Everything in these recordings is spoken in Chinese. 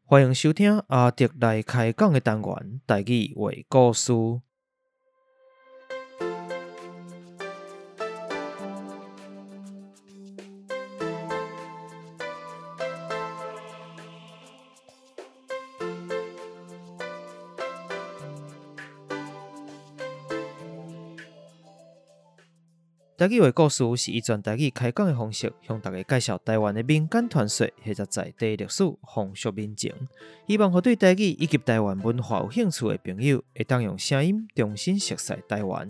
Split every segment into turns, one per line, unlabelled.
欢迎收听阿迪来开讲的单元台语话故事。台语话故事是以全台语开讲的方式，向大家介绍台湾的民间传说或者在地历史、风俗民情。希望和对台语以及台湾文化有兴趣的朋友，会当用声音重新熟悉台湾。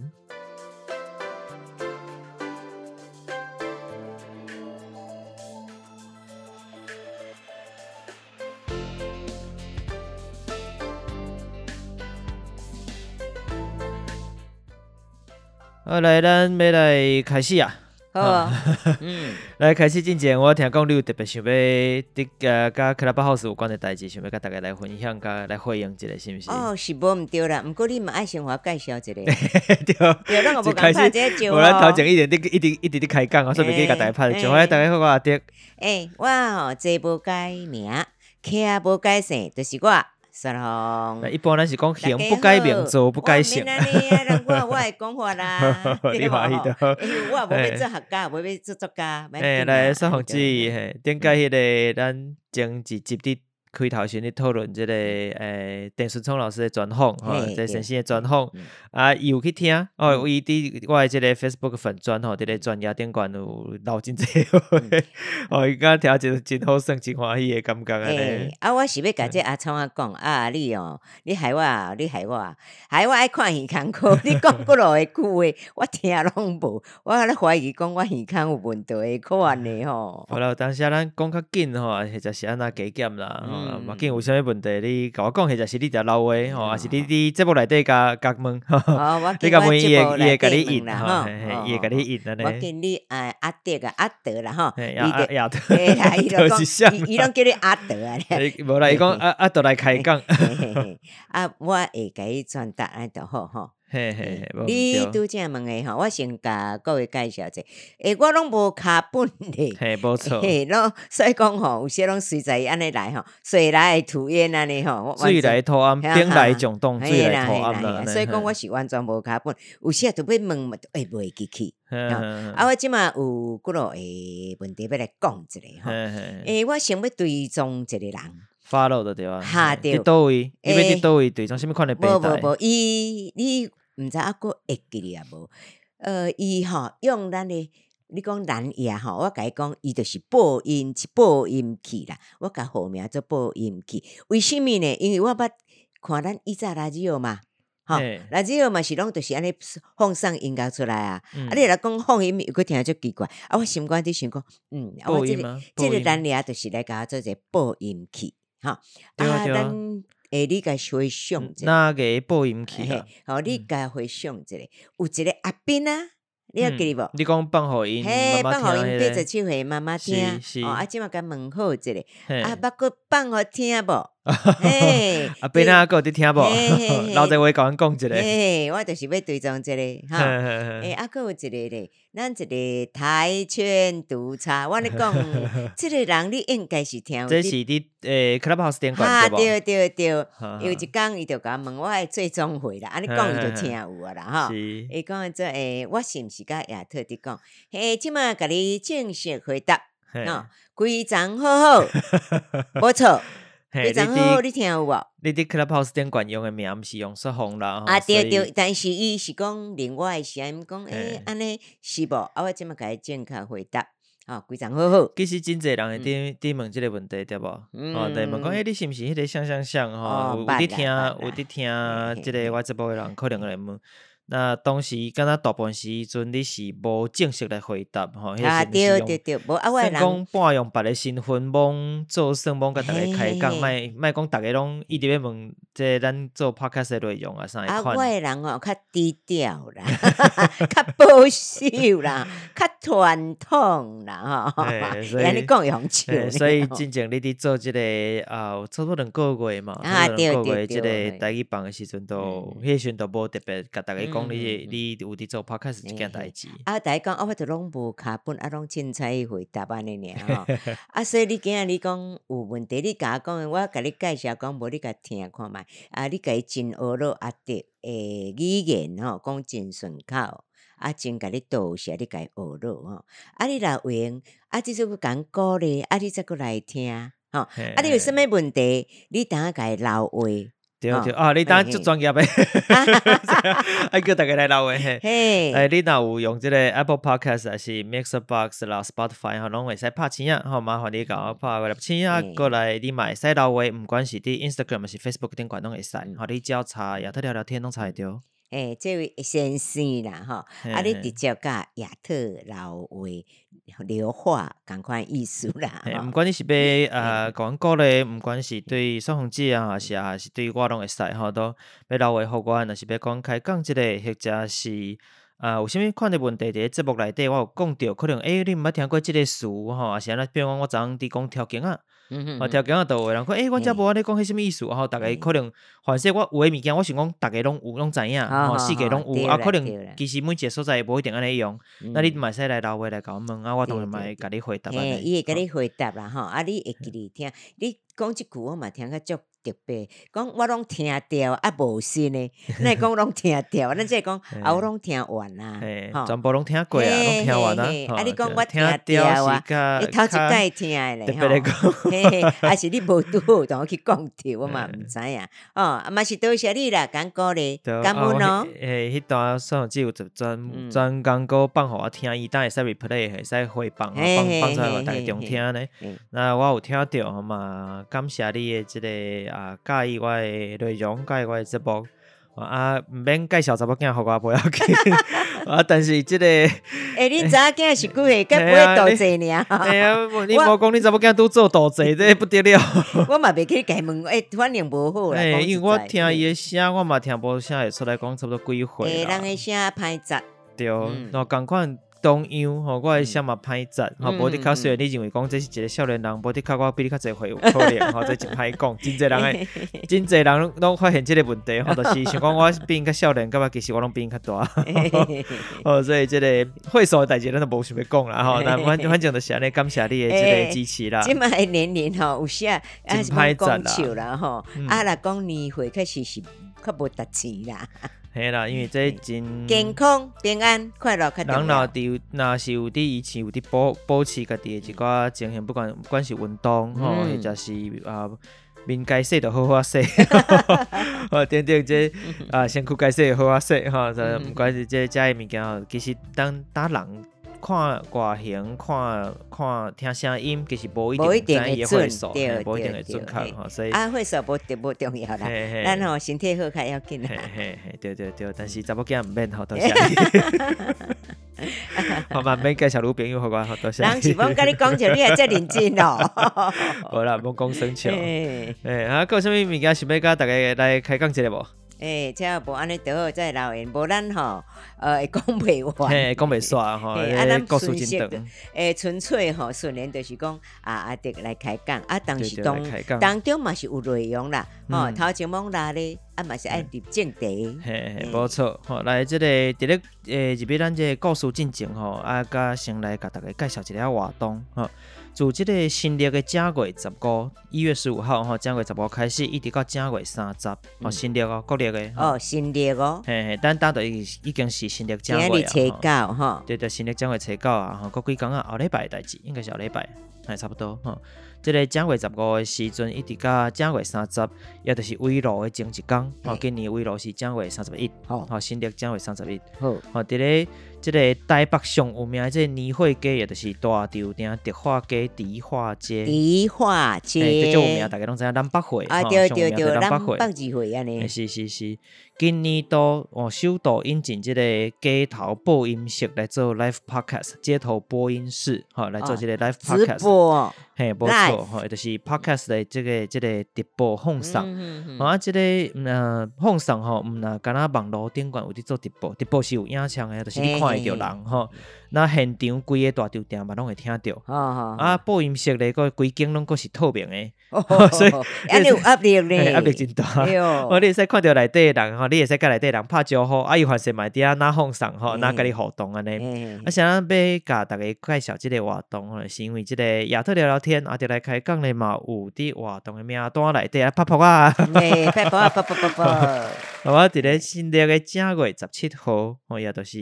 好，来，咱要来开始啊！
好啊，
来开始之前，我听讲你有特别想要甲 Clubhouse 有关的代志，想要甲大家来分享，甲来回应一下，是不是？
哦，是无毋对啦，毋过你嘛爱先互我介绍一下。
对，
对，咱个无共拍这个招
我咱头前一直伫开讲，所以袂记甲大家拍招。欢迎大家好，我阿迪。
我吼坐无改名，徛无改姓，就是我。雪红，
一般咱是讲行不改名，坐不改姓。
我会讲法啦，
你欢喜的。
我无要做学家，无要做作家。
来，雪红姊，顶解迄个咱前一集伫开头先咧讨论即个陈顺聪老师的专访，这先生的专访伊有去听伊伫我的即个 Facebook 粉专伫咧专业顶管有留真济话，伊敢听真好耍，真欢喜的感觉安尼。
我是要甲这阿聪讲你害我爱看耳孔科，你讲几落的句话，我听拢无，我咧怀疑讲我耳孔有问题的款的吼。
好啦，当时咱讲较紧吼，或者是安那加减啦。嘛，紧有啥物问题？你甲我讲，或者是你伫留话吼，还是你伫节目内底甲问？你甲问伊会甲你应啦，伊会甲你应安尼。
我见你阿德阿德啦吼，
亚德，
伊拢叫你阿德啊。
无啦，伊讲阿德来开讲。
我会甲伊传达安就好吼。
你
拄则问的吼，我先甲各位介绍者，我拢无卡本咧，
无错，
所以讲吼，有些拢随在安尼来吼，水来土淹安尼吼，
水来土暗，兵来将挡，水来土暗啦。
所以讲我是完全无卡本，有时就要问嘛，袂记起。我即马有几落问题要来讲一下吼，我想要追踪一个人。
follow 的对吧？
对。
伫倒位？你要伫倒位对从什么款的平台？
无，你毋知还佫会记哩啊无？伊吼用咱的，你讲蓝牙吼，我甲伊讲，伊就是播音器啦。我甲号名做播音器，为什么呢？因为我捌看咱以前垃圾嘛，吼，垃圾嘛是拢就是安尼放送音乐出来啊。你来讲放音，又佫听足奇怪。我心肝伫想讲，我这个蓝牙就是来甲我做一个播音器。咱你甲回想者，
哪个播音器啊？
你甲回想者，有一个阿斌啊，你还记无？
你讲放互因，
放互因87岁妈妈听，即马甲问好一个，捌佫放互听无？
阿斌啊，佫有伫听无？留者话甲阮讲一个。
我就是要追踪一个哈。佫有一个咧，咱一个跆拳独差，我咧讲，即个人你应该是听。
这是伫Clubhouse 顶管对
无？对。有一工伊就甲问我爱做总会啦，安尼讲伊就听有啊啦哈。伊讲做我是毋是甲亚特伫讲？即马甲你正式回答，规章好好，无错。非常好，你听有无？
你伫 Clubhouse 顶管用的名毋是用雪红啦，
对，但是伊是讲另外的声音讲，安尼是无？我即马甲伊正确回答，非常好。
其实真侪人会伫问即个问题，对无？对问讲，你是毋是迄个像吼？有伫听即个我节目的人，可能会问。那当时敢若大部分时阵你是无正式来回答吼，
对，无我人
讲半用别个身份帮做算帮甲大家开讲，莫讲大家拢一直要问这咱做 podcast 的内容啊，啥会
啊，
款
我的人哦较低调啦，较保守啦，较传统啦吼。
所以
安尼讲用笑
所以
呢。
真正你伫做即个有差不多2个月嘛，差不多2个月即个台语帮的时阵都，迄时阵都无特别甲大家讲你有伫做 podcast 即件代志。
啊，大家讲我都拢无卡本，啊，拢凊彩回答安尼尔吼。啊，所以你今仔日讲有问题，你甲我讲，我甲你介绍讲，无你甲听看觅。啊，你甲伊真学了啊得语言吼，讲真顺口。啊，真甲你多谢，你甲伊学了吼。啊，你若有闲，啊，即阵要甲鼓励，啊，你再过来听吼。啊，你有啥物问题，你等下甲伊留话。
对啊，你当足专业的，爱叫大家来留的嘿。你若有用即个 Apple Podcast 还是 Mixerbox 啦 Spotify 吼，拢会使拍星啊，吼，麻烦你甲我拍个星啊，过来你嘛会使留话，毋管是伫 Instagram 还是 Facebook 顶管拢会使，吼，你只要查亚特聊聊天拢查会着。
这位先生啦，吼，啊，你直接甲亚特留话聊话，共款意思啦。
毋管你是要甲阮鼓励，毋管是对双方姐啊，还是对我拢会使吼，都要留话互我，若是要讲开讲即个，或者是有啥物款的问题伫节目内底，我有讲着，可能你毋捌听过即个词吼，啊是安尼，比如讲我昨昏伫讲条件啊。条件啊，就有人讲，阮遮无安尼讲，迄啥物意思？吼，逐个可能，反正我有诶物件，我想讲，逐个拢有，拢知影，吼，世界拢有，啊，可能其实每一个所在无一定安尼用，那你嘛使来留话来甲我问，啊，我当然嘛会甲你回答。
伊会甲你回答啦，吼，啊，你会记哩听，你讲即句我嘛听较足特别，讲我拢听着，啊，无信诶，咱会讲拢听着，咱即讲啊，我拢听完啦，
全部拢听过啊，拢听完啊，
啊，你讲我听
着
啊，你头一摆听诶咧，
特别
讲，还是你无拄好，同我去讲着，我嘛毋知影，啊，嘛是多谢你啦，感鼓励，感恩咯。
迄段算只有专工搁放互我听，伊当会使 replay， 会使回放，放出来互大家中听咧。那我有听着，吼嘛，感谢你诶，即个介意我诶内容，介意我诶节目。啊，毋免介绍查某囝互我，无要紧。啊，但是即个，
你查某囝是几岁？该不会大济尔？
你无讲你查某囝拄做大济，这不得了。
我嘛袂去家问，反正无好啦。
因为我听伊诶声，我嘛听无啥会出来讲，差不多几岁啦。
人诶声歹杂。
对，然共款。同样吼，我诶声嘛歹杂，吼，无伫较虽然你认为讲这是一个少年人，无伫较我比你较侪岁有可能，吼，这真歹讲，真侪人诶，真侪人拢发现即个问题，吼，就是想讲我比因较少年，感觉其实我拢比因较大，吼，所以即个会所诶代志咱都无想要讲啦，吼，但反正就是安尼，感谢你诶即个支持啦。
即摆诶年龄吼，有些
真歹杂
啦，吼，啊，若讲年岁确实是较无达钱啦。
嘿啦，因为这真
健康、平安、快乐较重要。
若是有伫以前有伫保持家己的一寡情形，不管是运动吼，或者是面该洗就好好洗，等等这身躯该洗就好好洗吼，毋管是这的物件吼，其实当人。看外形，看听声音，其实无一定会准，无一定会准确吼，所以
会所无重要啦，咱吼身体好较要紧啦。
对，但是查某囝毋免吼，多谢你。我嘛免介绍女朋友互我，好多谢。
人是讲甲你讲就你还遮认真哦。
无啦，莫讲生笑。还有啥物物件想要甲大家来开讲一下无？
这无安尼就好，再留言，无咱吼，会讲袂完，
讲袂煞吼，
咱
故事真长。
纯粹吼，顺连就是讲阿迪来开讲，但是当中嘛是有内容啦，吼，头前懵啦咧，嘛是爱入正题。
无错，吼，来即个伫咧入边咱这故事进前吼，甲先来甲大家介绍一下活动吼。自即个新历的正月15，1月15号吼，正月15开始，一直到正月30，新历哦，国历的。
新历哦。
咱就已经是新历正月啊。
今日初9吼。
对，新历正月初9啊，吼，过几工啊，后礼拜的代志，应该是后礼拜，差不多吼。即个正月15的时阵，一直到正月30，也就是围炉的前一天。今年围炉是正月31，吼，新历正月31。好，伫咧即个台北上有名即个年货街，也就是大稻埕迪化街、迪化街。这有名，大家拢知影南北会。
对，南北聚会安尼。
是。今年都首度引进即个街头播音室来做 live podcast， 街头播音室，来做即个 live podcast。 嘿，无错吼，就是 podcast 的这个直播放送，这个放送吼，唔那敢若网络顶悬有伫做直播，直播是有影像的，就是你看会到人吼。那现场规个大场店嘛，拢会听到。播音室咧，个规间拢个是透明的，所以
安尼有压力咧，
压力真大。你会使看到内底的人吼，你会使甲内底人拍招呼，伊凡是嘛伫遐拿放送吼，拿甲你互动安尼。想要甲大家介绍即个活动吼，是因为即个亚特聊聊天就来开讲咧嘛，有伫活动的名单内底拍拍啊，
拍拍。
我伫咧新历的正月17号，也就是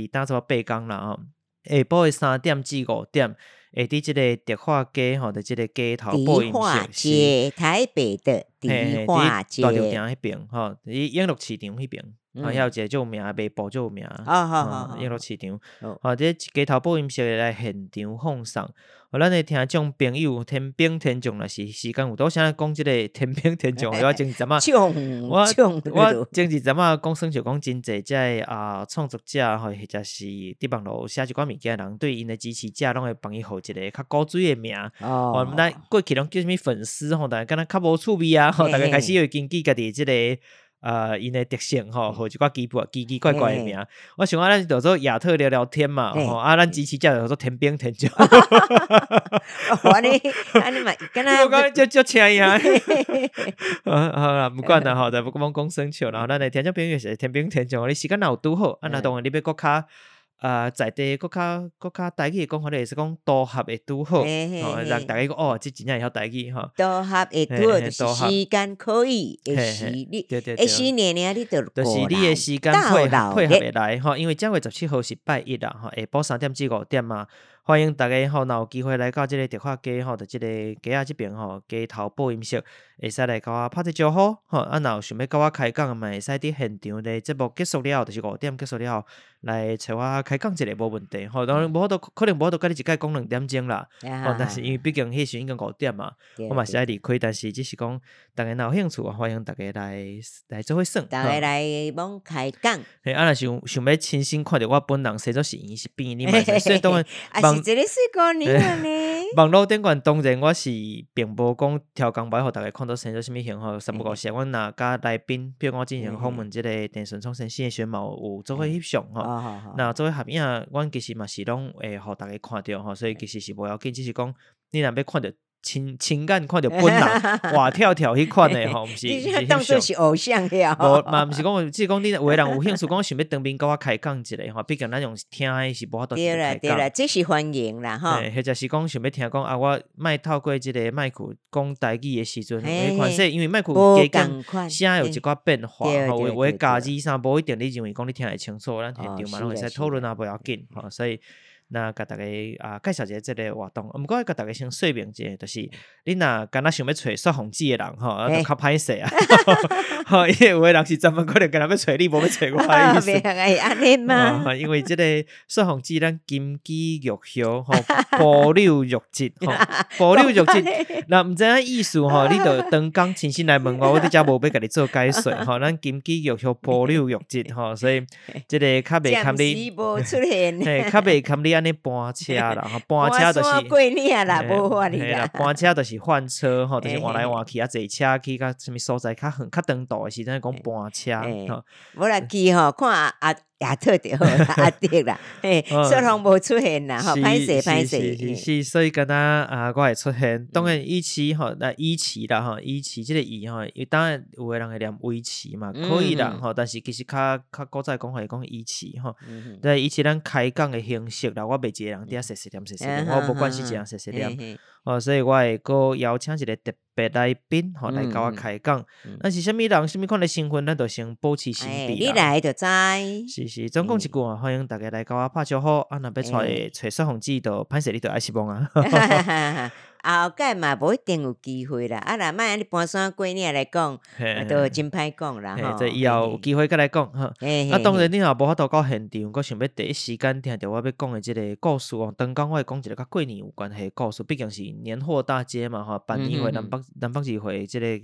28天啦吼。下晡的3点至5点，会伫即个迪化街吼，的即个街头播音室，
台北的迪化街，
大稻埕迄边吼，伫永乐市场迄边，遐有一个有名，卖布有名，永乐市场，这街头播音室来现场放送。咱的听众朋友，天兵天将若是时间有多，啥讲即个天兵天将，我前一阵我前一阵讲算就讲真济即个创作者或者是伫网络写一寡物件人，对因的支持者拢会帮伊互一个较古锥的名。咱过去拢叫什么粉丝吼，但是敢若较无趣味啊，大家开始会根据家己即个。因的特性吼，或一寡奇怪怪的名，我想咱就做亚特聊聊天嘛，咱支持者就做天兵天将。
安尼嘛，敢若
我讲就请伊啊。好啦，不管啦吼，但不讲生笑，然后咱的听众朋友是天兵天将，你时间若有拄好，那当然你要搁较。在地搁较台语讲法咧，是讲多合会拄好，让大家讲这真正会晓台语吼。
多合会拄好，就是时间可以，是你，是年你就
就是你的时间配合会来吼，因为正月17号是拜一啦，吼，下晡3点至5点嘛。欢迎大家吼，若有机会来到即个迪化街吼，就即个街仔即边吼，街头播音室，会使来甲我拍者招呼吼。若有想要甲我开讲，嘛会使伫现场咧节目结束了后，就是5点结束了后，来找我开讲一下无问题吼。当然无法度，可能无法度甲你一概讲2点钟啦。但是因为毕竟迄时已经5点嘛，我嘛是爱离开，但是只是讲大家若有兴趣，欢迎大家来做伙耍。
大家来帮开讲。
若想要亲身看着我本人，生做是圆是扁，你嘛所以当然。
是一个水果年呢。
网络顶悬当然我是并无讲挑工摆，互大家看到生做啥物型吼。三不五时，阮若甲来宾，比如我进行访问，即个电视创新新的选毛有做伙翕相吼。那做伙合影，阮其实嘛是拢会互大家看着吼，所以其实是无要紧，只是讲你若要看着。情感看着本人活跳跳迄款的吼，毋是
当作是偶像了。
无嘛，毋是讲，只是讲你有个人有兴趣，讲想要当面甲我开讲一下吼，毕竟咱用听的是无法度直接开讲。
对啦，这是欢迎啦吼。
或者是讲想要听讲我莫透过即个麦克讲台语的时阵，迄款说因为麦克加减声有一寡变化吼，有诶加字啥无一定你认为讲你听会清楚，咱现场嘛拢会使讨论啊，无要紧吼，所以。那甲大家介绍一下即个活动，毋过甲大家先说明者，就是你若敢若想要找说谎机的人吼，就较歹势啊。吼，因为有的人是专门可能敢若要找你，无要找我的意思。
安尼嘛，
因为即个说谎机，咱金鸡玉晓吼，保留玉质吼，保留玉质。那毋知影意思吼，你着当工亲身来问我伫遮无要甲你做解说吼。咱金鸡玉晓保留玉质吼，所以即个较袂堪你，嘿，较袂堪你安尼搬车啦，搬车就是
过年啦，无法哩啦。
搬车就是换车吼，就是换来换去坐车去到什么所在较远较长途的时阵讲搬车吼。
无啦去吼，看亚特就好啦，阿迪啦，说谎无出现啦，吼，歹势。
是，所以敢若我会出现。当然依期吼，依期啦吼，依期即个依吼，当然有个人会念围棋嘛，可以啦吼。但是其实较古早讲会讲依期吼，对，依期咱开讲的形式啦，我袂一个人伫遐细念，我无关系一个人细念。所以我会搁邀请一个特别来宾吼来甲我开讲。咱是啥物人，啥物款的身份，咱就先保持神秘啦。
你来就知。
是，总讲一句欢迎大家来甲我拍招呼。若要找说谎机，就歹势你就爱失望啊。
后盖嘛无一定有机会啦，若莫安尼搬山过年来讲，都真歹讲啦吼。
这以后有机会再来讲吼。当然你若无法度到现场，佮想要第一时间听着我要讲的即个故事哦。当讲我会讲一个甲过年有关系的故事，毕竟是年货大街嘛吼，办年会南北市会即个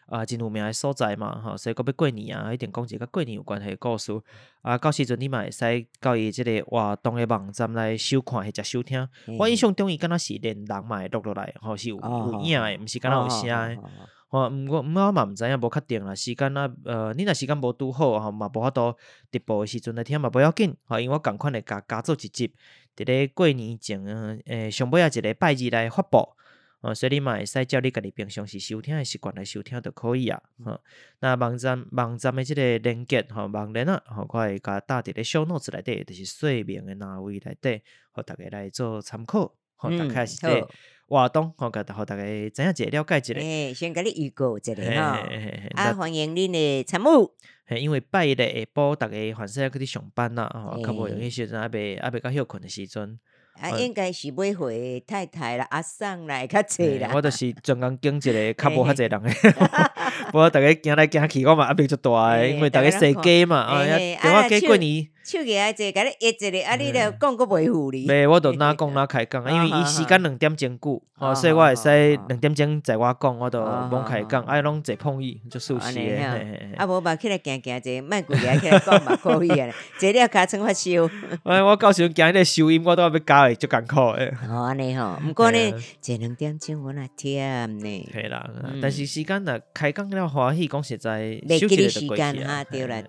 真有名的所在嘛，吼，所以讲要过年啊，一定讲一个甲过年有关系的故事啊。到时阵你嘛会使到伊即个活动的网站来收看或者收听。我印象中伊敢若是连人嘛会录落来，吼是有影的，毋是敢若有声的。吼，毋过我嘛毋知影，无确定啦。时间啊，你若时间无拄好吼，嘛无法度直播的时阵来听嘛，无要紧。吼，因为我共款会加做一集，伫咧过年前上尾一个拜日来发布。所以你嘛会使照你家己平常时收听的习惯来收听就可以啊。那网站的即个连结网链啊，我会甲打伫咧小notes内底，就是说明的哪位内底，互大家来做参考。大概是这活动，互大家知影一下了解一下。
先甲你预告一下吼，欢迎恁的参与。
因为拜一的下晡，大家凡是要去上班啦，较无容易时阵，还袂到休困的时阵。
应该是买回太太啦、阿送啦，会较济啦。
我就是专工经一个较无遐济人的，不过大家行来行去，我嘛压力足大的，因为大家生家嘛，电话过过年。
手机啊，这甲你约一个，你著讲个袂赴你。
袂，我著哪讲哪开讲，因为伊时间2点钟久，所以我会使2点钟在我讲，我著罔开讲，拢坐碰伊就舒适的。
无嘛起来行行者，莫规个起来讲嘛可以啊，坐了尻川发烧。
我到时阵行迄个收音，我都要教的，足艰苦的。
安尼吼，毋过呢，坐2点钟我若忝呢。
系啦，但是时间若开讲了欢喜，讲实在，
袂记哩时间哈，对啦。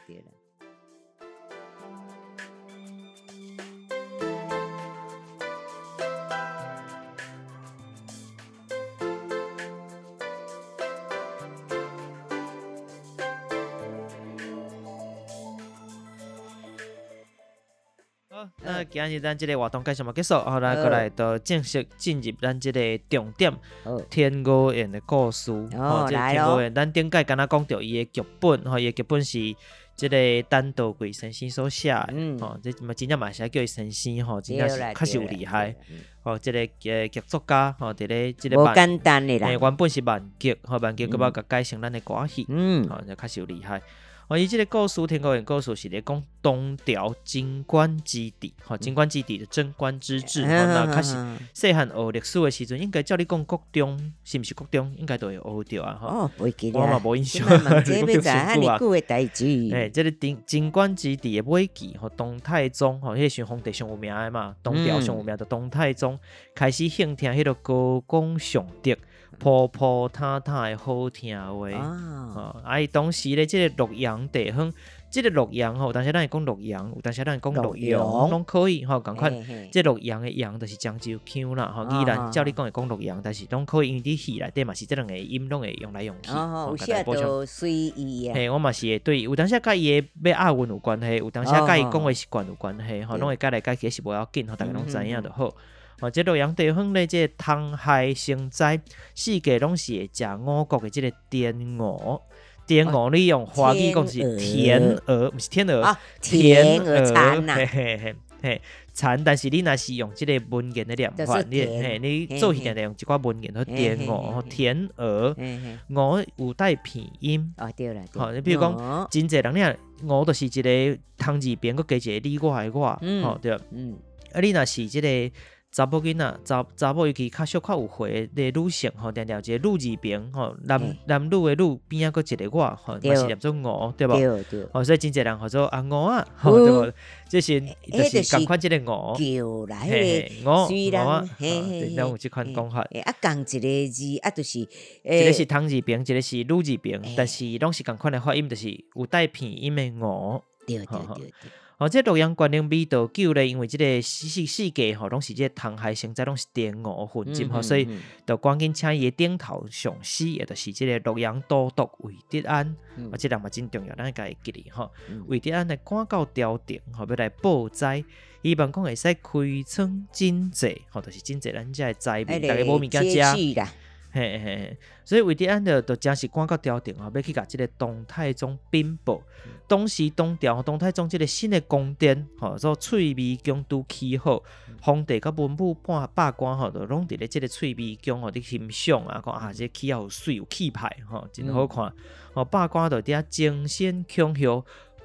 那今日咱即个活动介绍嘛结束，后来过来就正式进入咱即个重点天鹅宴的故事。
来
天鹅宴，咱顶届敢若讲到伊的剧本，伊的剧本是即个单道贵先生所写的，这嘛真正嘛是叫伊先生吼，真正是确实有厉害。即个剧作家伫咧即个
无简单的啦，
原本是慢剧，慢剧佮要改成咱的歌戏，就确实有厉害。伊即个故事，天鹅宴故事是咧讲东条金官基地，金官基地的贞观之治。那确实细汉学历史的时阵，应该照你讲国中，是毋是国中？应该都会学着啊。
袂记
我嘛无印象。
这要知遐尼久的代志。
即个金官基地的尾记，东太宗，迄个是皇帝上有名的嘛，东条上有名的东太宗，开始兴听迄个歌功颂德。普普坦坦的好听话，当时咧，即个洛阳地方，即个洛阳有当时咱会讲洛阳，有当时咱会讲洛阳，拢可以共款。即洛阳的阳就是漳州腔啦，依然照你讲会讲洛阳，但是拢可以，因为你戏内底嘛是即两个音拢会用来用去。
有些都随意啊。
我嘛是会对，有当时甲伊的要押韵有关系，有当时甲伊讲的习惯有关系，拢会改来改去是无要紧，大家拢知影就好。即洛阳地方咧，即个汤海生哉，四界拢是会食五谷的即个滇鹅。滇鹅你用华语讲是天鹅，毋是天鹅，
天鹅蚕呐。
蚕，但是你若是用即个文言的念法，你做起来用一寡文言，滇鹅、天鹅，鹅有带片音。
对啦。
你比如讲，真侪人咧，鹅就是一个汤字边，佮加一个你我的我，对。你若是即个。查某囡仔，查某尤其较小较有岁的女性定一个女字边男女的女边仔佫一个我嘛是念做鹅，对无？所以真侪人叫做鹅啊，对无？这是就是共款即个鹅，
叫来
鹅，拢有即款讲法。
共一个字就是
一个是汤字边，一个是女字边，但是拢是共款的发音，就是有带片音的鹅。
对。
这洛阳关灵味道久咧，因为即个世界拢是即个汤海生哉拢是滇鹅混进，所以就赶紧请伊顶头上司，也就是即个洛阳都督韦德安，即人嘛真重要，咱家会记哩韦德安来赶到朝廷，要来报灾，伊望讲会使开仓赈济，就是赈济咱遮的灾民，大家无物件食。所以韦德安就真是赶到朝廷要去甲即个东太宗禀报。当时东太宗即个新的宫殿，所翠微宫拄起好，皇帝甲文武百官就拢伫咧即个翠微宫伫欣赏啊，讲这起好水有气派真好看。百官就伫遐争先恐后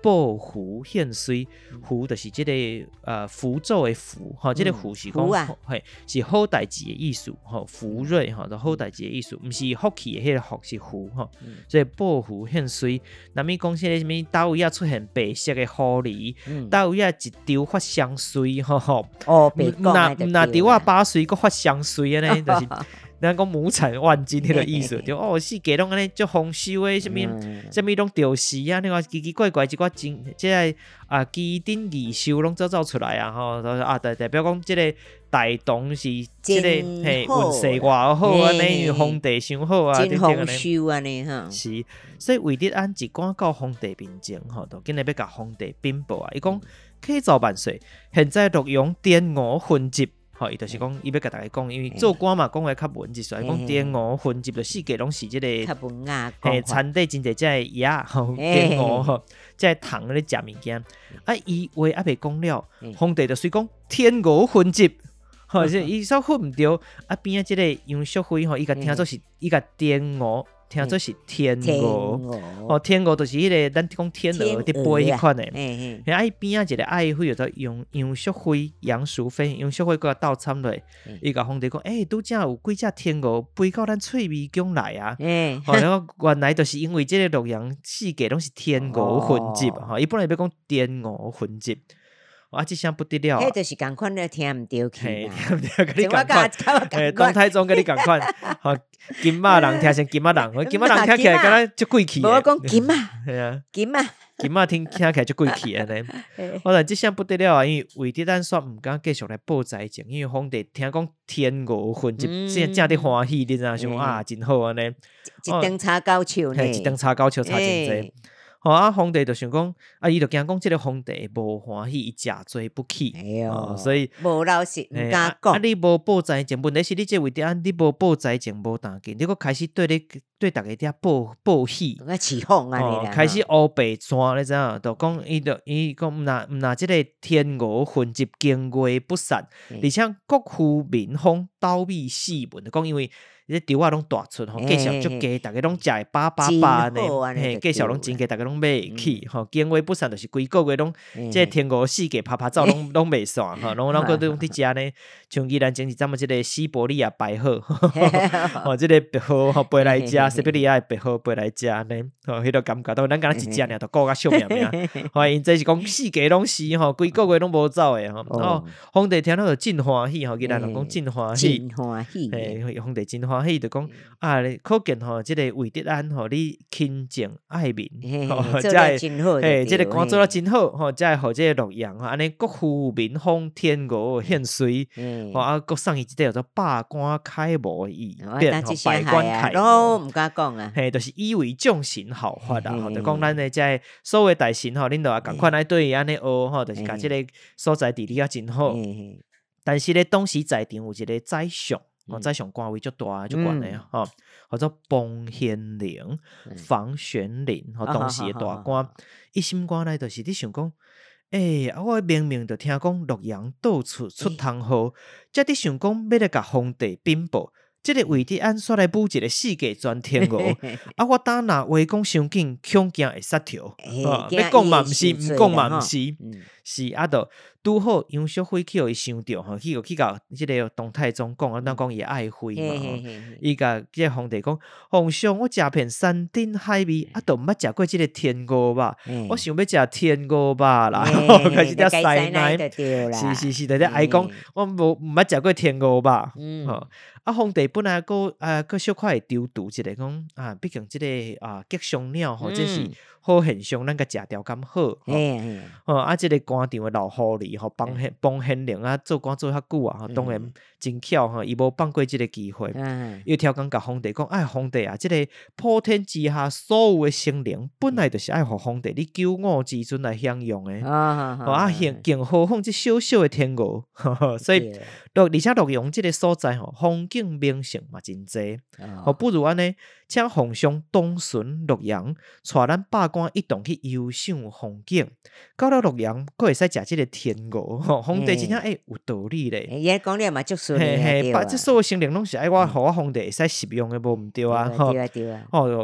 报福献水，福就是这个福州的福，哈，这个福是讲嘿是好代志的意思，哈，福瑞哈，就好代志的意思，不是福气的迄个福是福哈，所以报福献水。那么讲些什么倒位啊出现白色的狐狸，倒位啊一丢发香水，哈哈，
哦，白讲
那丢啊把水个发香水呢，就是。咱讲亩产万金迄个意思，就四界拢安尼足丰收的，什么拢钓时啊，你看奇奇怪怪一寡真，即个基丁异兽拢走出来啊，吼，代表讲即个大同是即个嘿运势偌好安尼，因为皇帝伤好啊，
真丰收安尼哈。
是，所以为得按一赶到皇帝面前吼，就今日要甲皇帝禀报啊，伊讲启奏万岁，现在洛阳滇吴混集。吼，伊就是讲，伊要甲大家讲，因为做官嘛，讲话较文一些，讲滇吴混集的世界拢是即个，
较文雅，
产地真侪即个鸭吼，滇吴吼，即个糖咧食物件，伊话还未讲了，皇帝就随讲天吴混集，吼，伊说混唔着，边仔即个杨淑妃吼，伊甲听做是，伊甲滇吴。听做是天鹅，哦，天鹅就是迄个咱讲天鹅伫飞迄款诶。伊边啊一个爱妃叫做杨淑妃、杨淑妃，杨淑妃搁斗参落，伊甲皇帝讲，拄则有几只天鹅飞到咱翠微宫来啊。然后原来就是因为即个洛阳四界拢是天鹅混集，吼，伊本来要讲滇鹅混集。这声不得了啊！
迄就是共款咧，听唔到去
嘛。听唔到，跟你共款。东台中跟你共款。吼，金马人听成金马人，金马人听起来敢若足贵气。
无讲金马，
系啊，
金马，
金马听起来足贵气安尼。后来这声不得了啊，因为为得咱煞唔敢继续来报灾情，因为皇帝听讲天鹅混集，正得欢喜，你知影想真好安尼。
一顿茶高手呢，
一顿茶高手差真济。皇帝就想讲，伊就惊讲，这个皇帝无欢喜，伊食罪不起，所以
无老实，唔敢讲。
你无报灾情，问题是你这为点，你无报灾情无打紧，你搁开始对大家遐报喜，
起哄啊！
开始乌白山，你知影？就讲伊讲唔拿这个天鹅混集经过不散，而且国富民丰，斗米四文，就讲因为。这稻啊拢大出吼，价钱足低，大家拢食会饱呢。嘿，价钱拢真低，大家拢买会起。吼，经过不散就是规个月拢，这天鹅四界拍走拢袂散吼，拢个拢伫食呢。像宜兰前是咱们这个西伯利亚白鹤，吼，这个白鹤吼飞来食，西伯利亚白鹤飞来食呢。吼，迄个感觉到咱敢若一只尔，都顾甲惜命命。吼，因这是讲四界拢是吼，规个月拢无走诶吼。哦，皇帝听到就真欢喜吼，宜兰人讲真欢喜，嘿，皇帝真欢喜。欢喜就讲可见吼，即个为得咱吼你亲情爱民，
吼，才真好，
即个官做得真好，吼，才会互即个洛阳吼安尼国富民丰，天鹅献水，吼国送伊一块叫做罢官开无义，变吼百官开
无，毋敢讲啊，
嘿，就是以为众神好法啦，吼，就讲咱的即个所谓大神吼，恁著也共款来对伊安尼学吼，就是甲即个所在地理啊真好，但是咧当时在场有一个宰相。宰相官位足大足悬的吼，叫做彭贤龄、房玄龄，当时的大官，伊心肝内就是你想讲，我明明就听讲洛阳到处出汤号，则你想讲要来甲皇帝禀报。即个为得按煞来补一个世界全天鹅，我当若话讲伤紧，恐惊会杀条。要讲嘛毋是，毋讲嘛毋是，是就拄好杨淑妃去互伊想着吼，去甲即个唐太宗讲，咱讲伊爱妃嘛，伊甲即个皇帝讲，皇上我食遍山珍海味，都毋捌食过即个天鹅肉，我想要食天鹅肉啦，开始遮塞奶，是，就爱讲我毋捌食过天鹅肉，皇帝本来个小可会丢毒一个讲毕竟即个吉祥鸟吼，这是好现象，咱甲食掉咁好，即个官场的老狐狸吼，帮贤玲做官做遐久啊，当然真巧吼，伊无放过即个机会，又挑工甲皇帝讲，皇帝啊，即个普天之下所有的生灵，本来就是爱互皇帝你九五之尊来享用的，更何况即小小的天鹅，所以而且洛阳即个所在吼，风景名胜嘛真济，不如安尼，请皇上东巡洛阳，带咱百官一同去游赏风景。到了洛阳，佫会使食即个天鹅，皇帝真正有道理咧。
伊讲了嘛，足顺
把即所有生灵拢是爱我，互我皇帝会使食用的，无毋对啊。
对啊。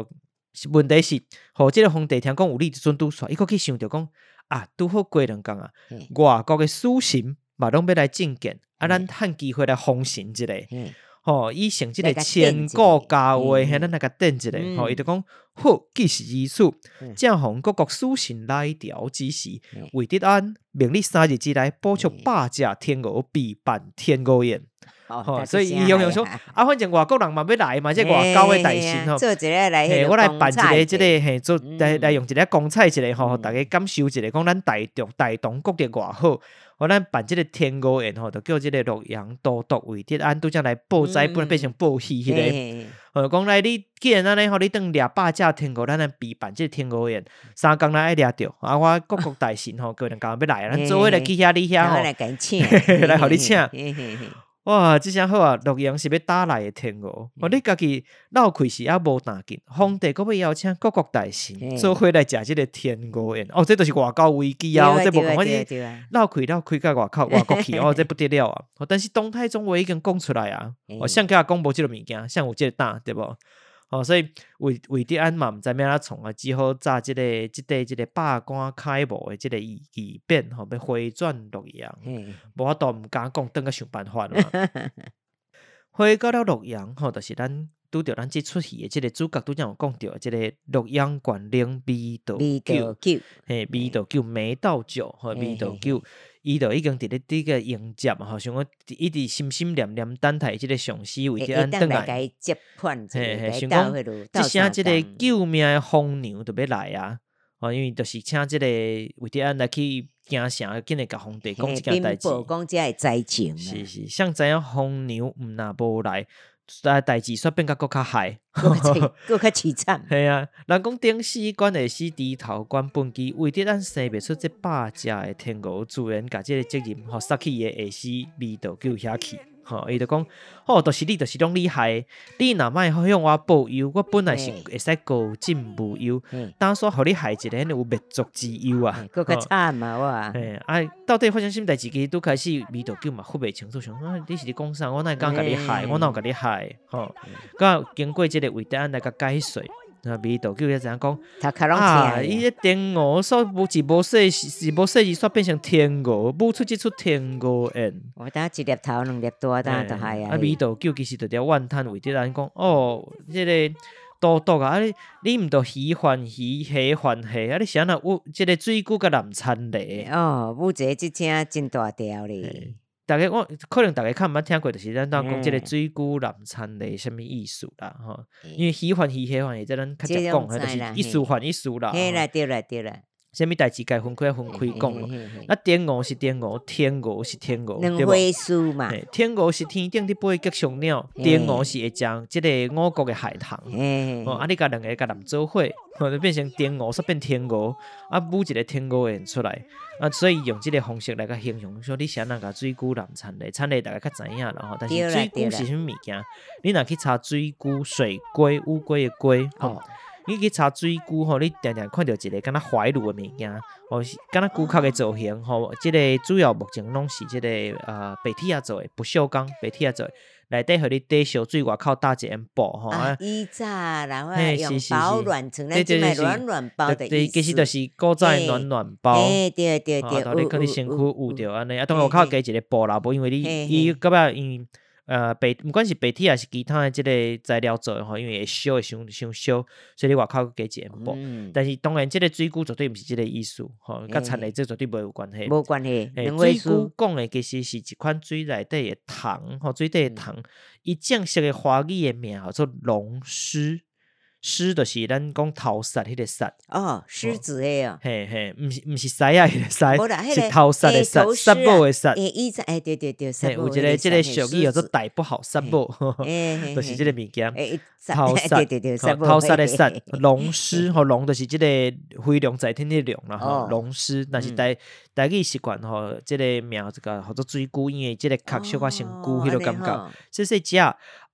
问题是，即个皇帝听讲有你即阵拄煞，伊佫去想着讲啊，拄好过2工啊，外国的死神嘛拢要来觐见，咱趁机会来封神一下。以成即个千古佳话，咱来甲点一下。伊就讲好，既是如此，正逢各国死神来朝之时，为得安明日3日之内补出8只天鹅，备办天鹅宴。所以伊用说啊，反正外国人嘛要来嘛，即外交的大臣
做一个来，
我来办一个即个做来用一个公菜一个互大家感受一下，讲咱大同国力偌好，咱办即个天鹅宴就叫即个洛阳都督为得安拄则来报灾，不能变成报喜迄个。讲来你既然安尼，你当掠8只天鹅，咱来备办即个天鹅宴，3工来爱掠着。我各国大臣过2工要来，咱做伙来去遐你遐
来甲因请，
来互你请。哇，即声好啊！洛阳是要打来的天鹅，你家己闹开是也无打紧，皇帝阁要邀请各国大臣做伙来食即个天鹅宴。这就是外交危机啊！这无讲闹开到外国去这不得了啊！但是东太宗话已经讲出来啊，谁甲讲无即个物件，谁有即个胆，对无？所以为得安嘛，毋知影怎创啊，只好炸即个罢官开幕的即个仪变，要回转洛阳，无法度毋敢讲，等个想办法嘛。回到了洛阳，就是咱拄着咱即出戏的即个主角，拄则有讲到即个洛阳县令味道酒，味道酒梅道酒，味道酒。伊就已经伫咧这个迎接嘛，想讲一直心心念念等待即个上司为着安转来，想讲即声即个救命的红娘就要来啊！因为就是请即个为着安来去惊城，紧来甲皇帝讲一件代志，
讲这个灾情，
是谁知影红娘毋若无来。代志煞变甲搁较害，
搁较凄惨。
系啊，人讲顶死官会死低头管本机，为得咱生袂出这8只的天鹅，自然甲这个责任杀去伊的下死味道叫遐去。伊就讲，就是你，就是拢厉害。你若莫向我报忧，我本来是会使高枕无忧。打算互你害一个，有灭族之忧啊！
搁较惨嘛，我。
到底发生什么代志？其实拄开始味道叫嘛分袂清楚，想你是讲啥？我哪会敢甲你害？我哪有甲你害？甲经过即个为得安来甲解说。味道叫伊怎样讲？伊个天鹅煞无说是无说是煞变成天鹅，舞出即出天鹅宴。
我等1粒头2粒大，等就害啊！
味道叫其实就伫怨叹为得咱讲即个都督啊！你毋着鱼还鱼，虾还虾，你啥若即个水龟甲南参嘞？
武节即声真大条咧。
可能大家较毋捌听过，就是咱讲即个水龟南参的什么意思啦？因为鱼还鱼，虾还虾，即咱较常讲，就是一思还一思啦。
嘿啦，对啦，对啦。
什么代志该分开讲咯？天鹅是天鹅，天鹅是天鹅，
两回事嘛。
天鹅是天顶伫飞吉祥鸟，天鹅是会将即个5国的海棠。你甲2个甲南做伙，就变成天鹅，煞变天鹅，舞一个天鹅宴出来。所以用即个方式来甲形容，说你啥人甲水龟南参嘞？参嘞大家较知影啦。但是水龟是啥物物件？你若去查水龟、水龟、乌龟的龟，你去查水龟你定定看到一个敢若怀乳的物件，敢若龟壳的造型即个主要目前拢是即个白铁仔做的，不锈钢白铁仔做的，内底互你底烧水，外口搭一层布
以早然后用保暖层，咱即卖暖包的意思。
其实就是古早的暖包。
对，
你可能身躯有着安尼，当然外口加一个布啦，无因为伊到尾因。不管是白铁还是其他的即个材料做的因为会烧会伤烧，所以你外口加一层布。但是当然，即个水龟绝对毋是即个意思，甲田内这绝对无有关系。
无关系。
水龟讲的其实是一款水内底的糖，水底的糖。伊正式的华语的名叫做龙狮。狮就是咱讲头虱迄个虱
狮子的
毋是狮啊迄个狮，是头虱的虱，虱母的虱。
对，
有一个即个俗语叫做大不好虱母，就是即个物件。头虱的虱，龙狮龙就是即个飞龙在天的龙啦，龙狮。但是台语习惯即个名这个叫做水龟，因为即个壳小可像龟迄个感觉，细只。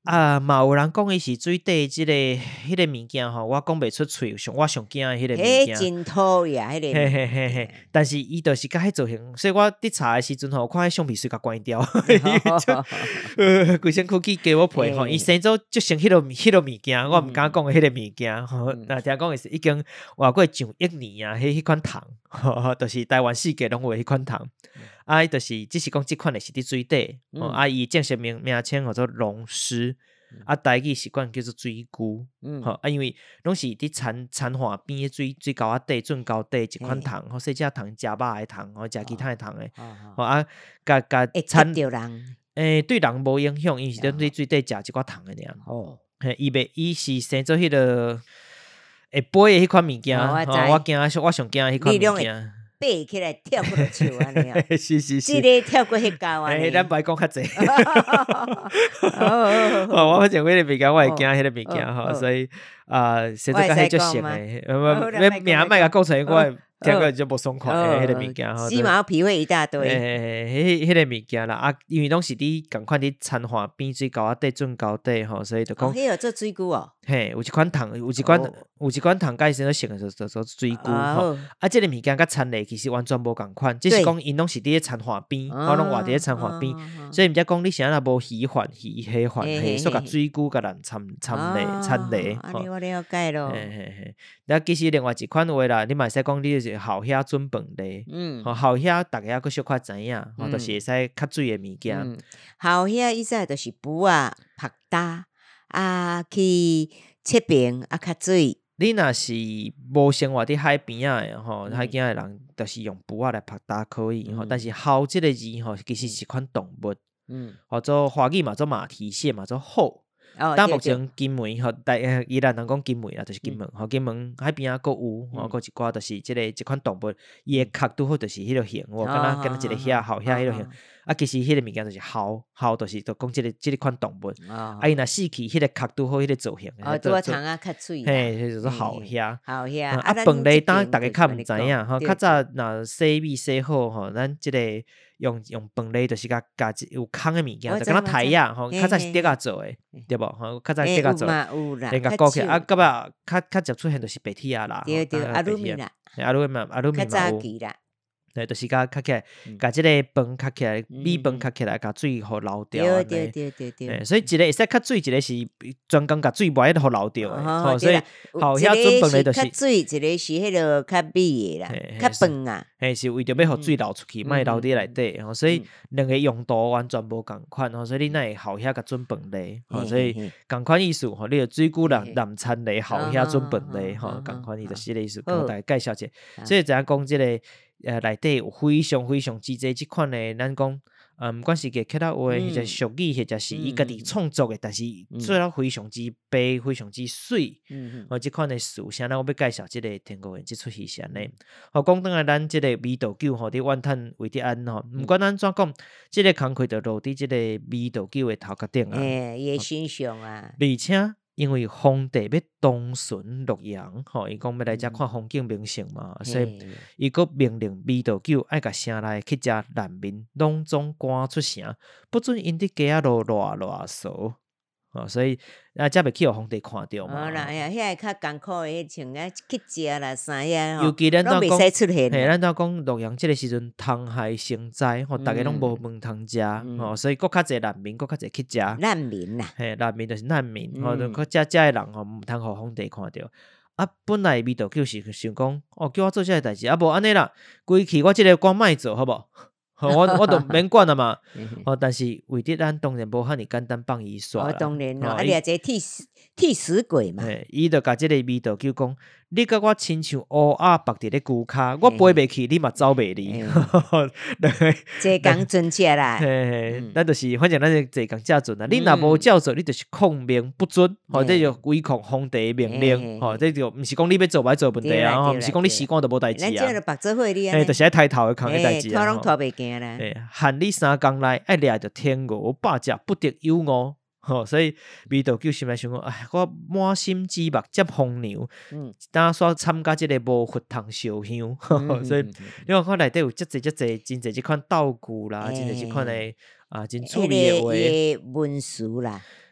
嘛有人讲伊是水底即个迄个物件吼，我讲袂出喙，我上惊的迄个物件。
真土呀，迄个。
嘿嘿嘿嘿，但是伊就是甲迄造型，所以我伫查的时阵吼，看迄橡皮水甲关掉，规身躯去给我配吼，伊生做就成迄个物件，我毋敢讲的迄个物件吼。那听讲是已经活过上1年啊，迄款糖，就是台湾世界拢有迄款糖。啊，就是只是讲即款的是伫水底，伊正式名称叫做龙狮。台语习惯叫做水龜，因为拢是伫田河边的水沟底、圳沟底一款糖，细只糖食肉的糖，食其他的糖的，甲
产着人，
对人无影响，伊是伫水底食一寡糖的尔。伊是生做迄个会飞的迄款物件，我上惊迄款物件。
爬起来跳过就树安尼啊！
是，
即个跳过迄高啊！
咱别讲较济。我反正迄个物件，我会惊迄个物件吼，所以现在甲迄足熟诶，名莫甲讲出来，我听过就无爽快诶，迄个物件吼。
鸡毛皮会一大堆。
迄个物件啦，因为拢是伫共款伫田河边水沟底、圳沟底吼，所以就讲。
迄个做水龜哦。
嘿，有一款糖，有一款糖，甲伊生做成诶，就做水龜吼。即个物件甲田类其实完全无共款，只是讲因拢是伫田河边，我拢活伫咧田河边，所以毋则讲你啥若无鱼环、虾环，所以甲水龜甲人掺类。
安尼我了解咯。
那其实另外一款话啦，你嘛会使讲你就是后虾准饭类，后虾逐个还佫小可知影，就是会使较水诶物件。
后虾意思就是补啊、拍打。去切边较水。
你若是无生活伫海边仔的吼，海边仔的人就是用补仔来拍打可以吼，但是后即个字吼，其实是款动物，或做华语嘛做马蹄蟹嘛做后。但目前金门吼，伊咱人讲金门啦，就是金门吼，金门海边仔佫有，佫一寡就是即款动物，伊的壳拄好就是迄落形，敢若一个虾后虾迄落形。其实迄个物件就是后，就是讲即个款动物。伊若死去，迄个壳拄好，迄个造型。
拄糖啊较水。
嘿，就是后虾。
后虾。
饭类当大家较毋知影吼，较早若洗米洗好吼，咱即个用饭类就是甲有空的物件，就敢若台仔吼，较早是竹仔做诶，对无吼，较早竹仔做，连甲勾起，到尾较接出现就是白铁啊啦，
对，阿鲁米啦，
阿鲁米嘛有。对，就是甲起来，甲即个饭起来，米饭起来，甲水互流掉。对。所以一个会使较水，一个是专工甲水糜互流掉诶。所以后遐准饭咧就是
较水，一个是迄个较米诶啦，较饭啊。
是为着要互水流出去，莫流伫内底。所以两个用途完全无共款。所以你若会后遐甲准饭咧，所以共款意思。你着水久南餐咧，后遐准饭咧，共款意就是个意思。甲大家介绍者，所以知影讲即个。内底有非常之济即款诶，咱讲毋管是个客家话，或者俗语，或者是伊家己创作诶，但是做了非常之白，非常之水。即款诶事，啥咱我要介绍即个天国人即出戏啥呢？讲倒来咱即个味道酒伫万滩为伫安吼，毋管咱怎讲，即个工课就落伫即个味道酒诶头壳顶啊，
伊诶形象啊，
而且。因为皇帝要东巡洛阳，伊讲要来遮看风景名胜嘛，所以伊佫命令味道酒爱甲城内去遮难民拢总赶出城，不准因伫街仔路乱扫。所以才袂去互皇帝看着嘛。
啦，遐个较艰苦诶，像去食啦啥呀，
尤其咱
拢袂使出现。
咱讲洛阳即个时阵汤害成灾，逐个拢无饭通食，所以佫较济难民，佫较济去食。
难民啦，
难民就是难民，佫遮诶人毋通互皇帝看着。本来味道就是想讲，叫我做遮个代志，无安尼啦，规气我即个官莫做，好无？我都免管了嘛，但是为着咱当然无遐尼简单放伊煞。
当然咯，你也即替死鬼嘛。
伊就甲即个味道酒讲，你甲我亲像乌鸦伏伫咧牛骹，我飞袂去，你嘛走袂离。
坐工准则啦，
咱就是反正咱是坐工正准啦。你若无照做，你就是抗命不准，这就违抗皇帝命令。这就毋是讲你要做歹做问题啊，毋是讲你时光都无代志啊。
咱这白做伙你
就是爱抬头的扛个代志啊。
拖拢拖袂惊啦。
限你3工内爱掠着天鹅8只，不得有误。所以味道酒心内想讲，我满心之目接风牛，当煞参加即个无佛堂烧香，所以因为看内底有真侪真侪即款道具啦，真侪即款的真趣味的话，
文书啦。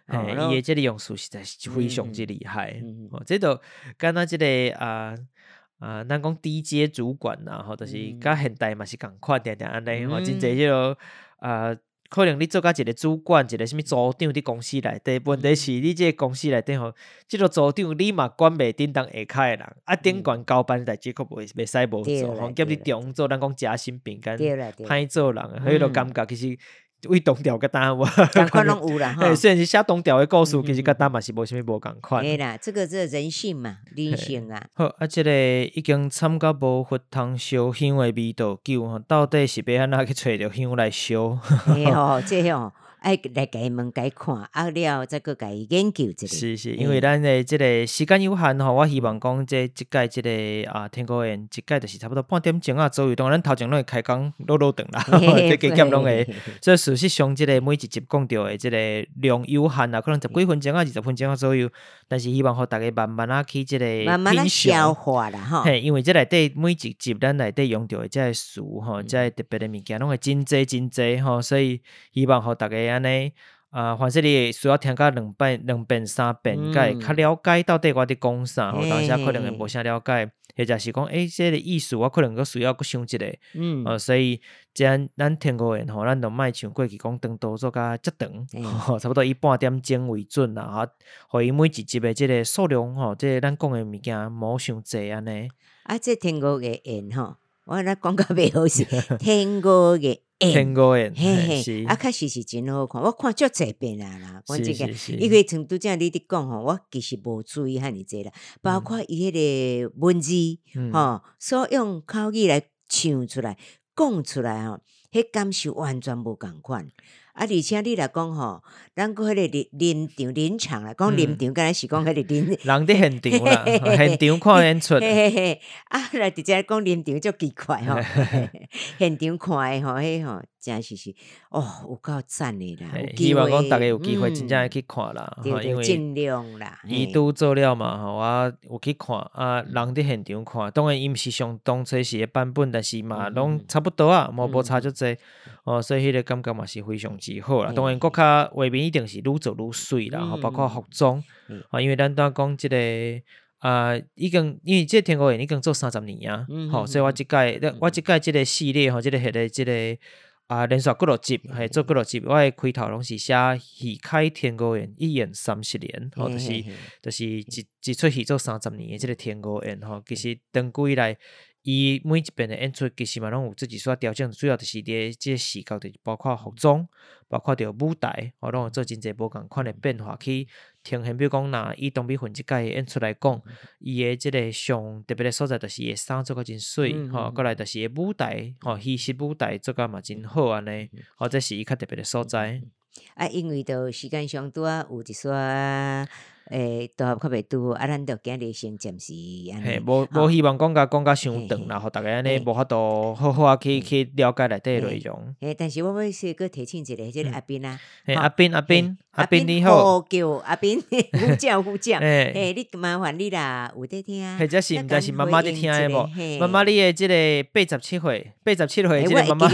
伊的这个用词实在是非常之厉害。这都敢若这个咱讲低阶主管啦，吼，就是甲现代嘛是共款，定定安尼吼，真侪迄落可能你做甲一个主管，一个什物组长伫公司内底，问题是你这个公司内底吼，即个组长你嘛管袂顶当下骹的人，顶悬交办代志佫袂使无做，吼，叫你中做，咱讲夹心饼干，歹做人，迄落感觉其实。为同调甲单无，
共款拢有啦哈。
虽然是写同调的故事，其实甲单嘛是无啥物无共款。
对啦，这人性嘛，人性啊。
好，这个已经参到无佛通烧香的味道酒吼，到底是要安怎去找着香来烧？
这爱来家问家看，了再个家研究一下。
是，因为咱的这个时间有限吼，我希望讲这届这个天高宴，这届就是差不多半点钟左右。当然，咱头前拢会开讲落长啦，这加减拢会。所以事实上，这个每一集讲到的这个量有限啦，可能10几分钟20分钟左右。但是希望互大家慢慢去这个
慢慢消化啦哈。
因为这内底每一集咱内底用到的这个词吼，这个特别的物件拢会真济吼，所以希望互大家。安尼凡是你需要听到2遍、3遍，才会较了解到底我伫讲啥。当时可能会无啥了解，或者是讲这个意思我可能佫需要佫想一个。所以既然咱天高宴吼，咱就莫像过去讲长度做甲遮长，差不多以半点钟为准啦。互伊每一集的即个数量吼，即个咱讲的物件无伤济安尼。
这天高嘅宴吼，我咧讲到袂好是天高嘅。
天高宴，
是确实是真好看，我看足侪遍啦。我这个，因为像拄则你伫讲吼，我其实无注意遐尼济啦，包括伊迄个文字吼，所用口语来唱出来、讲出来吼，迄感受完全无共款。而且你来讲吼，咱个迄个临场啦，讲临场，敢若是讲迄个人
伫现场啦，现场看演出。
来直接讲临场足奇怪吼，现场看诶吼，迄吼真是有够赞诶啦！
希望讲大家有机会真正去看啦，因为
尽量啦。
伊拄做了嘛吼，我有去看人伫现场看，当然伊毋是上当初时诶版本，但是嘛拢差不多啊，无差足济所以迄个感觉嘛是非常之好啦。当然国较画面一定是愈做愈水啦，包括服装因为咱当讲即个已经因为即个天高宴已经做30年啊，所以我即届即个系列即个迄个即个连续几落集，做几落集，我的开头拢是写戏开天高宴一演30年，就是一出戏做30年的即个天高宴其实长久以来。伊每一遍的演出其实嘛拢有自己所调整，主要就是伫即个视觉，就是包括服装，包括着舞台，拢有做真侪无共款的变化去呈现。比如讲，拿以东北份即届的演出来讲，伊的即个上特别的所在，就是伊衫做甲真水，过来就是伊舞台，戏式舞台做甲嘛真好安尼，这是伊较特别的所在。
因为着时间上拄有一撮。都较袂拄，咱着今日先暂时安尼。
无希望讲甲伤长啦，互大家安尼无法度好好去了解内底内容。
但是我要说个提醒一个，即个阿斌啊，
阿斌你好，
呼叫阿斌，呼叫，你麻烦你啦，有在听。
或者是毋知是妈妈伫听诶无？妈妈你诶即个87岁即个妈妈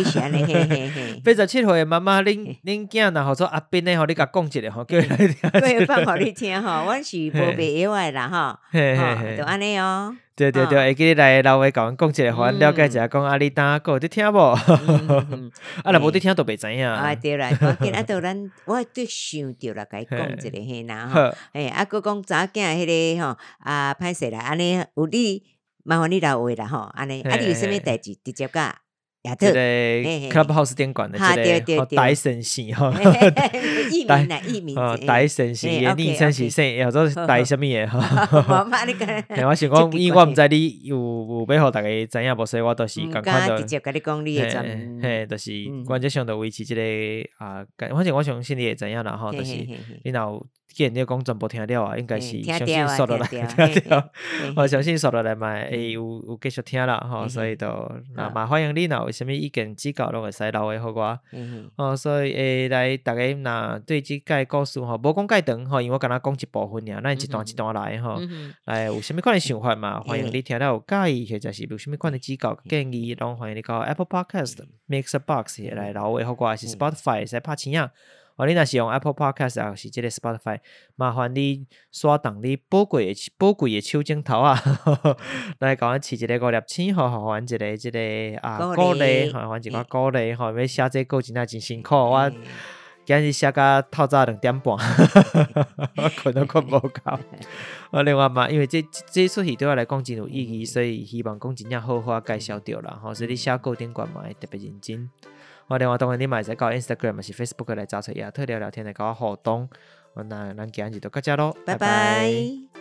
，87岁诶妈妈，恁囝若好做阿斌诶吼，你甲讲一下吼，叫伊来听。
对，放互你听吼。阮是无袂晓诶啦吼，就安尼哦。
对，会记你来老话甲阮讲一下，互阮了解一下，讲你当个有伫听无？若无伫听都袂知影。
对啦，我对想着啦，甲伊讲一下嘿啦吼。佫讲查囝迄个吼歹势啦，安尼有你麻烦你老话啦吼，安尼你有啥物代志直接甲。
即个 Clubhouse 店馆的即个大神士吼，
艺名
大神士的昵称是啥？叫做大什么嘢吼？我想讲，因为我毋知你有要互大家知影无，所以我都是赶快
直接甲你讲你的
就是原则上就维持即个反正我相信你会知影啦吼，就是你若既然你讲全部听了啊，应该是相信刷落来听了，我相信刷落来嘛会有继续听啦吼，所以就嘛欢迎你若有啥物意见指教，拢会使留下互我所以来大家若对即届故事吼，无讲介长吼，因为我敢若讲一部分尔，咱一段一段来吼，来有啥物款的想法嘛？欢迎你听了有介意，或者是有啥物款的指教建议，拢欢迎你到 Apple Podcast、Mixer Box 来留下互我，还是 Spotify 使拍星啊。 你若是用 Apple Podcast 或是即个 Spotify， 麻烦你刷动你宝贵的手指头啊，来甲阮饲一个5粒星，互阮一个即个鼓励，互阮一寡鼓励，吼，要写这个真正真辛苦，我今日写到透早2点半，我困都困无够。另外嘛，因为这出戏对我来讲真有意义，所以希望讲真正好好介绍着啦，所以你写稿顶悬嘛会特别认真。另外当然你嘛会使到 Instagram 或是 Facebook 来找出亚特聊聊天来甲我互动。那咱今日就到这咯，
拜拜。